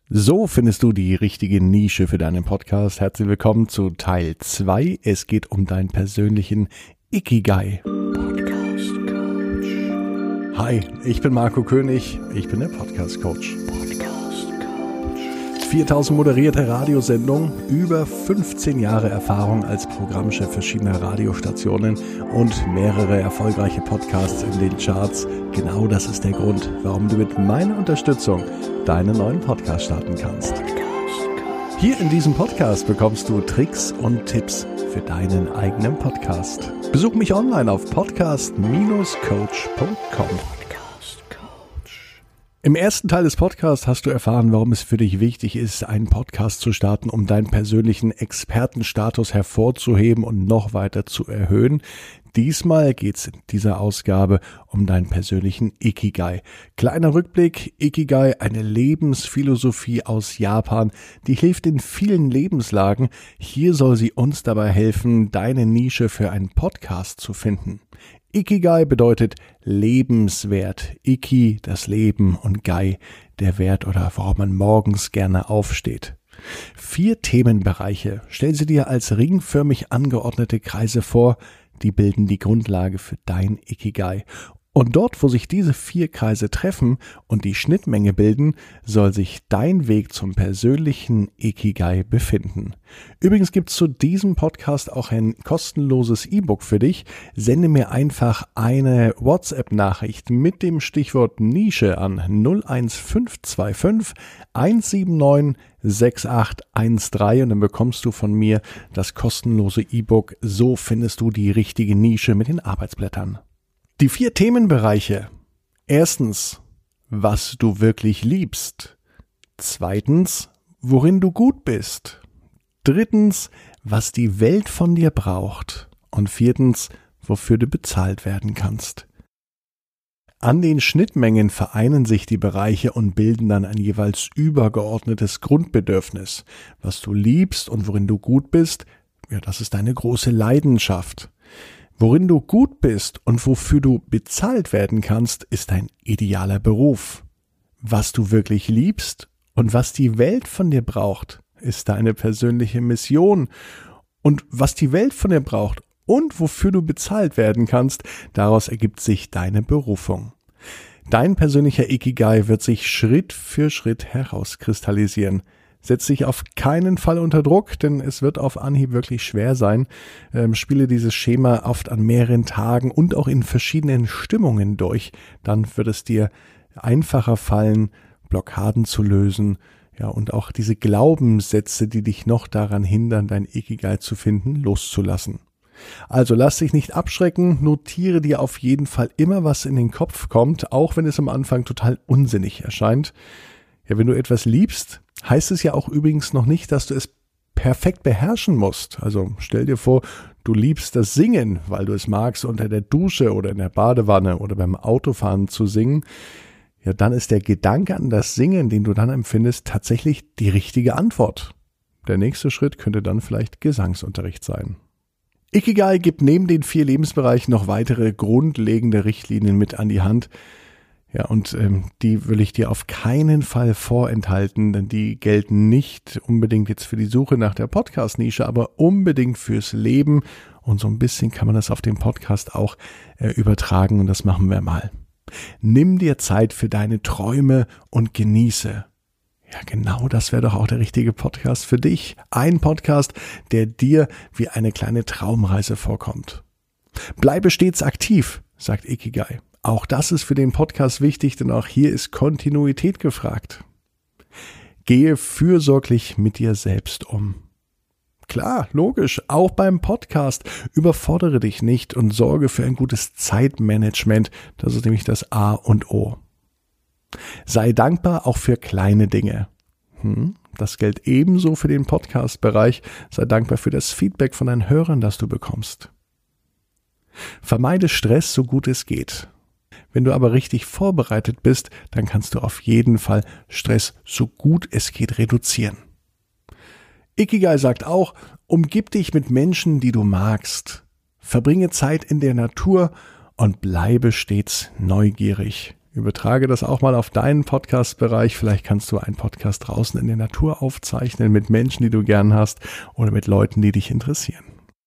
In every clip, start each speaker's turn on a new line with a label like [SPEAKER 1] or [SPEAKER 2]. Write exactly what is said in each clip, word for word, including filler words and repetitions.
[SPEAKER 1] So findest du die richtige Nische für deinen Podcast. Herzlich willkommen zu Teil zwei. Es geht um deinen persönlichen Ikigai. Podcast Coach. Hi, ich bin Marco König. Ich bin der Podcast Coach. Podcast Coach. viertausend moderierte Radiosendungen, über fünfzehn Jahre Erfahrung als Programmchef verschiedener Radiostationen und mehrere erfolgreiche Podcasts in den Charts. Genau das ist der Grund, warum du mit meiner Unterstützung deinen neuen Podcast starten kannst. Hier in diesem Podcast bekommst du Tricks und Tipps für deinen eigenen Podcast. Besuch mich online auf podcast coach punkt com. Im ersten Teil des Podcasts hast du erfahren, warum es für dich wichtig ist, einen Podcast zu starten, um deinen persönlichen Expertenstatus hervorzuheben und noch weiter zu erhöhen. Diesmal geht's in dieser Ausgabe um deinen persönlichen Ikigai. Kleiner Rückblick: Ikigai, eine Lebensphilosophie aus Japan, die hilft in vielen Lebenslagen. Hier soll sie uns dabei helfen, deine Nische für einen Podcast zu finden. Ikigai bedeutet lebenswert. Iki, das Leben, und Gai, der Wert oder warum man morgens gerne aufsteht. Vier Themenbereiche. Stell sie dir als ringförmig angeordnete Kreise vor. Die bilden die Grundlage für dein Ikigai. Und dort, wo sich diese vier Kreise treffen und die Schnittmenge bilden, soll sich dein Weg zum persönlichen Ikigai befinden. Übrigens gibt es zu diesem Podcast auch ein kostenloses E-Book für dich. Sende mir einfach eine WhatsApp-Nachricht mit dem Stichwort Nische an null eins fünf zwei fünf eins sieben neun sechs acht eins drei und dann bekommst du von mir das kostenlose E-Book. So findest du die richtige Nische mit den Arbeitsblättern. Die vier Themenbereiche. Erstens, was du wirklich liebst. Zweitens, worin du gut bist. Drittens, was die Welt von dir braucht. Und viertens, wofür du bezahlt werden kannst. An den Schnittmengen vereinen sich die Bereiche und bilden dann ein jeweils übergeordnetes Grundbedürfnis. Was du liebst und worin du gut bist, ja, das ist deine große Leidenschaft. Worin du gut bist und wofür du bezahlt werden kannst, ist dein idealer Beruf. Was du wirklich liebst und was die Welt von dir braucht, ist deine persönliche Mission. Und was die Welt von dir braucht und wofür du bezahlt werden kannst, daraus ergibt sich deine Berufung. Dein persönlicher Ikigai wird sich Schritt für Schritt herauskristallisieren. Setz dich auf keinen Fall unter Druck, denn es wird auf Anhieb wirklich schwer sein. Ähm, spiele dieses Schema oft an mehreren Tagen und auch in verschiedenen Stimmungen durch. Dann wird es dir einfacher fallen, Blockaden zu lösen, ja, und auch diese Glaubenssätze, die dich noch daran hindern, dein Ikigai zu finden, loszulassen. Also lass dich nicht abschrecken, notiere dir auf jeden Fall immer, was in den Kopf kommt, auch wenn es am Anfang total unsinnig erscheint. Ja, wenn du etwas liebst, heißt es ja auch übrigens noch nicht, dass du es perfekt beherrschen musst. Also stell dir vor, du liebst das Singen, weil du es magst, unter der Dusche oder in der Badewanne oder beim Autofahren zu singen. Ja, dann ist der Gedanke an das Singen, den du dann empfindest, tatsächlich die richtige Antwort. Der nächste Schritt könnte dann vielleicht Gesangsunterricht sein. Ikigai gibt neben den vier Lebensbereichen noch weitere grundlegende Richtlinien mit an die Hand. Ja, und ähm, die will ich dir auf keinen Fall vorenthalten, denn die gelten nicht unbedingt jetzt für die Suche nach der Podcast-Nische, aber unbedingt fürs Leben. Und so ein bisschen kann man das auf den Podcast auch äh, übertragen, und das machen wir mal. Nimm dir Zeit für deine Träume und genieße. Ja, genau, das wäre doch auch der richtige Podcast für dich. Ein Podcast, der dir wie eine kleine Traumreise vorkommt. Bleibe stets aktiv, sagt Ikigai. Auch das ist für den Podcast wichtig, denn auch hier ist Kontinuität gefragt. Gehe fürsorglich mit dir selbst um. Klar, logisch, auch beim Podcast. Überfordere dich nicht und sorge für ein gutes Zeitmanagement. Das ist nämlich das A und O. Sei dankbar auch für kleine Dinge. Hm, das gilt ebenso für den Podcast-Bereich. Sei dankbar für das Feedback von deinen Hörern, das du bekommst. Vermeide Stress, so gut es geht. Wenn du aber richtig vorbereitet bist, dann kannst du auf jeden Fall Stress so gut es geht reduzieren. Ikigai sagt auch, umgib dich mit Menschen, die du magst. Verbringe Zeit in der Natur und bleibe stets neugierig. Übertrage das auch mal auf deinen Podcast-Bereich. Vielleicht kannst du einen Podcast draußen in der Natur aufzeichnen mit Menschen, die du gern hast oder mit Leuten, die dich interessieren.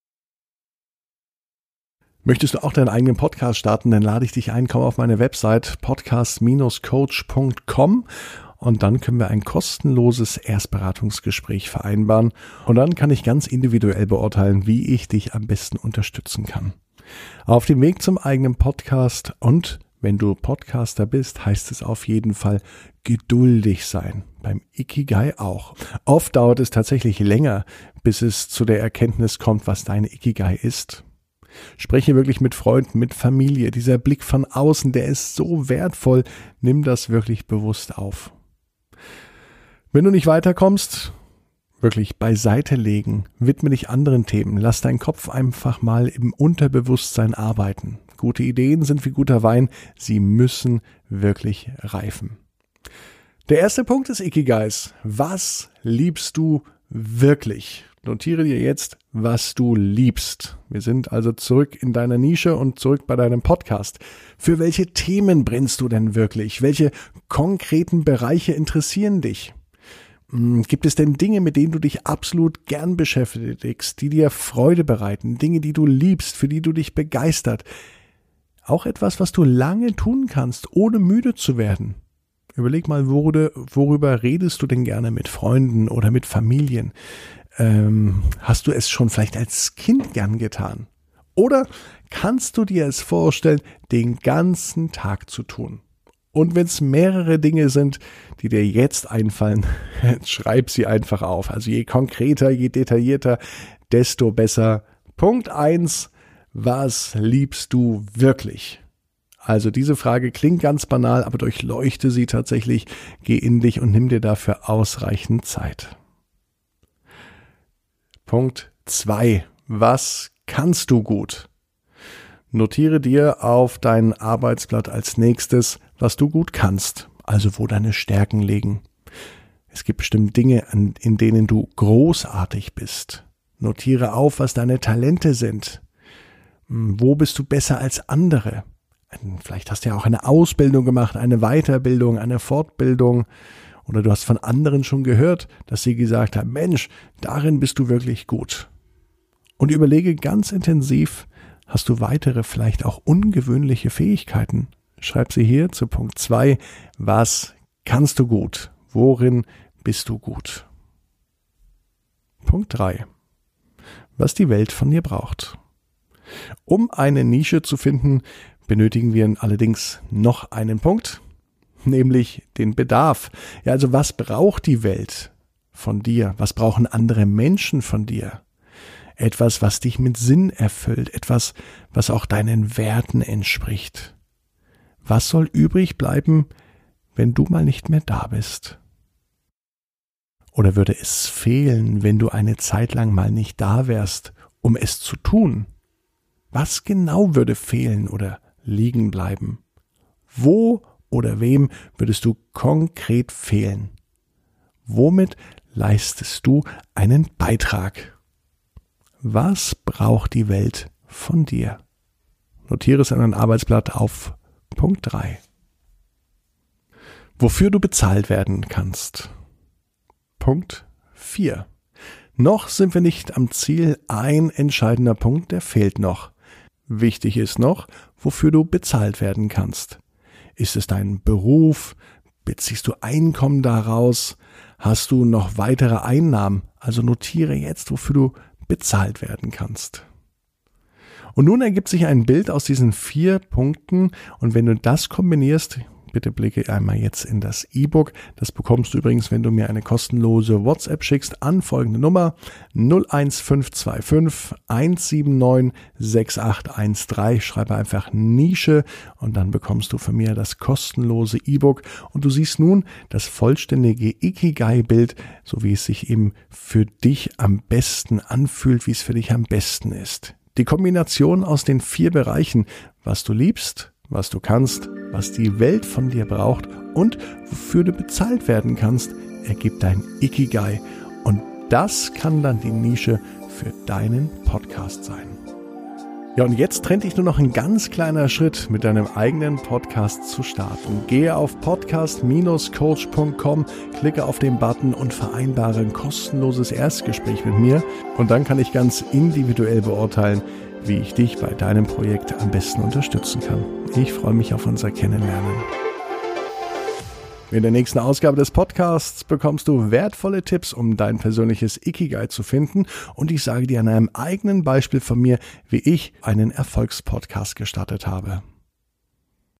[SPEAKER 1] Möchtest du auch deinen eigenen Podcast starten, dann lade ich dich ein, komm auf meine Website podcast Bindestrich coach Punkt com und dann können wir ein kostenloses Erstberatungsgespräch vereinbaren und dann kann ich ganz individuell beurteilen, wie ich dich am besten unterstützen kann. Auf dem Weg zum eigenen Podcast und wenn du Podcaster bist, heißt es auf jeden Fall geduldig sein. Beim Ikigai auch. Oft dauert es tatsächlich länger, bis es zu der Erkenntnis kommt, was dein Ikigai ist. Spreche wirklich mit Freunden, mit Familie. Dieser Blick von außen, der ist so wertvoll. Nimm das wirklich bewusst auf. Wenn du nicht weiterkommst, wirklich beiseite legen, widme dich anderen Themen. Lass deinen Kopf einfach mal im Unterbewusstsein arbeiten. Gute Ideen sind wie guter Wein, sie müssen wirklich reifen. Der erste Punkt des Ikigais. Was liebst du wirklich? Notiere dir jetzt, was du liebst. Wir sind also zurück in deiner Nische und zurück bei deinem Podcast. Für welche Themen brennst du denn wirklich? Welche konkreten Bereiche interessieren dich? Gibt es denn Dinge, mit denen du dich absolut gern beschäftigst, die dir Freude bereiten, Dinge, die du liebst, für die du dich begeistert? Auch etwas, was du lange tun kannst, ohne müde zu werden. Überleg mal, worüber redest du denn gerne mit Freunden oder mit Familien? Ähm, hast du es schon vielleicht als Kind gern getan? Oder kannst du dir es vorstellen, den ganzen Tag zu tun? Und wenn es mehrere Dinge sind, die dir jetzt einfallen, schreib sie einfach auf. Also je konkreter, je detaillierter, desto besser. Punkt eins. Was liebst du wirklich? Also diese Frage klingt ganz banal, aber durchleuchte sie tatsächlich. Geh in dich und nimm dir dafür ausreichend Zeit. Punkt zwei. Was kannst du gut? Notiere dir auf dein Arbeitsblatt als nächstes, was du gut kannst, also wo deine Stärken liegen. Es gibt bestimmt Dinge, in denen du großartig bist. Notiere auf, was deine Talente sind. Wo bist du besser als andere? Vielleicht hast du ja auch eine Ausbildung gemacht, eine Weiterbildung, eine Fortbildung. Oder du hast von anderen schon gehört, dass sie gesagt haben, Mensch, darin bist du wirklich gut. Und überlege ganz intensiv, hast du weitere, vielleicht auch ungewöhnliche Fähigkeiten? Schreib sie hier zu Punkt zwei. Was kannst du gut? Worin bist du gut? Punkt drei. Was die Welt von dir braucht. Um eine Nische zu finden, benötigen wir allerdings noch einen Punkt, nämlich den Bedarf. Ja, also was braucht die Welt von dir? Was brauchen andere Menschen von dir? Etwas, was dich mit Sinn erfüllt, etwas, was auch deinen Werten entspricht. Was soll übrig bleiben, wenn du mal nicht mehr da bist? Oder würde es fehlen, wenn du eine Zeit lang mal nicht da wärst, um es zu tun? Was genau würde fehlen oder liegen bleiben? Wo oder wem würdest du konkret fehlen? Womit leistest du einen Beitrag? Was braucht die Welt von dir? Notiere es an ein Arbeitsblatt auf Punkt drei. Wofür du bezahlt werden kannst. Punkt vier. Noch sind wir nicht am Ziel. Ein entscheidender Punkt, der fehlt noch. Wichtig ist noch, wofür du bezahlt werden kannst. Ist es dein Beruf? Beziehst du Einkommen daraus? Hast du noch weitere Einnahmen? Also notiere jetzt, wofür du bezahlt werden kannst. Und nun ergibt sich ein Bild aus diesen vier Punkten und wenn du das kombinierst, bitte blicke einmal jetzt in das E-Book. Das bekommst du übrigens, wenn du mir eine kostenlose WhatsApp schickst an folgende Nummer null eins fünf zwei fünf eins sieben neun sechs acht eins drei. Schreibe einfach Nische und dann bekommst du von mir das kostenlose E-Book. Und du siehst nun das vollständige Ikigai-Bild, so wie es sich eben für dich am besten anfühlt, wie es für dich am besten ist. Die Kombination aus den vier Bereichen, was du liebst, was du kannst, was die Welt von dir braucht und wofür du bezahlt werden kannst, ergibt dein Ikigai. Und das kann dann die Nische für deinen Podcast sein. Ja, und jetzt trennt dich nur noch ein ganz kleiner Schritt, mit deinem eigenen Podcast zu starten. Gehe auf podcast Bindestrich coach Punkt com, klicke auf den Button und vereinbare ein kostenloses Erstgespräch mit mir. Und dann kann ich ganz individuell beurteilen, wie ich dich bei deinem Projekt am besten unterstützen kann. Ich freue mich auf unser Kennenlernen. In der nächsten Ausgabe des Podcasts bekommst du wertvolle Tipps, um dein persönliches Ikigai zu finden. Und ich sage dir an einem eigenen Beispiel von mir, wie ich einen Erfolgspodcast gestartet habe.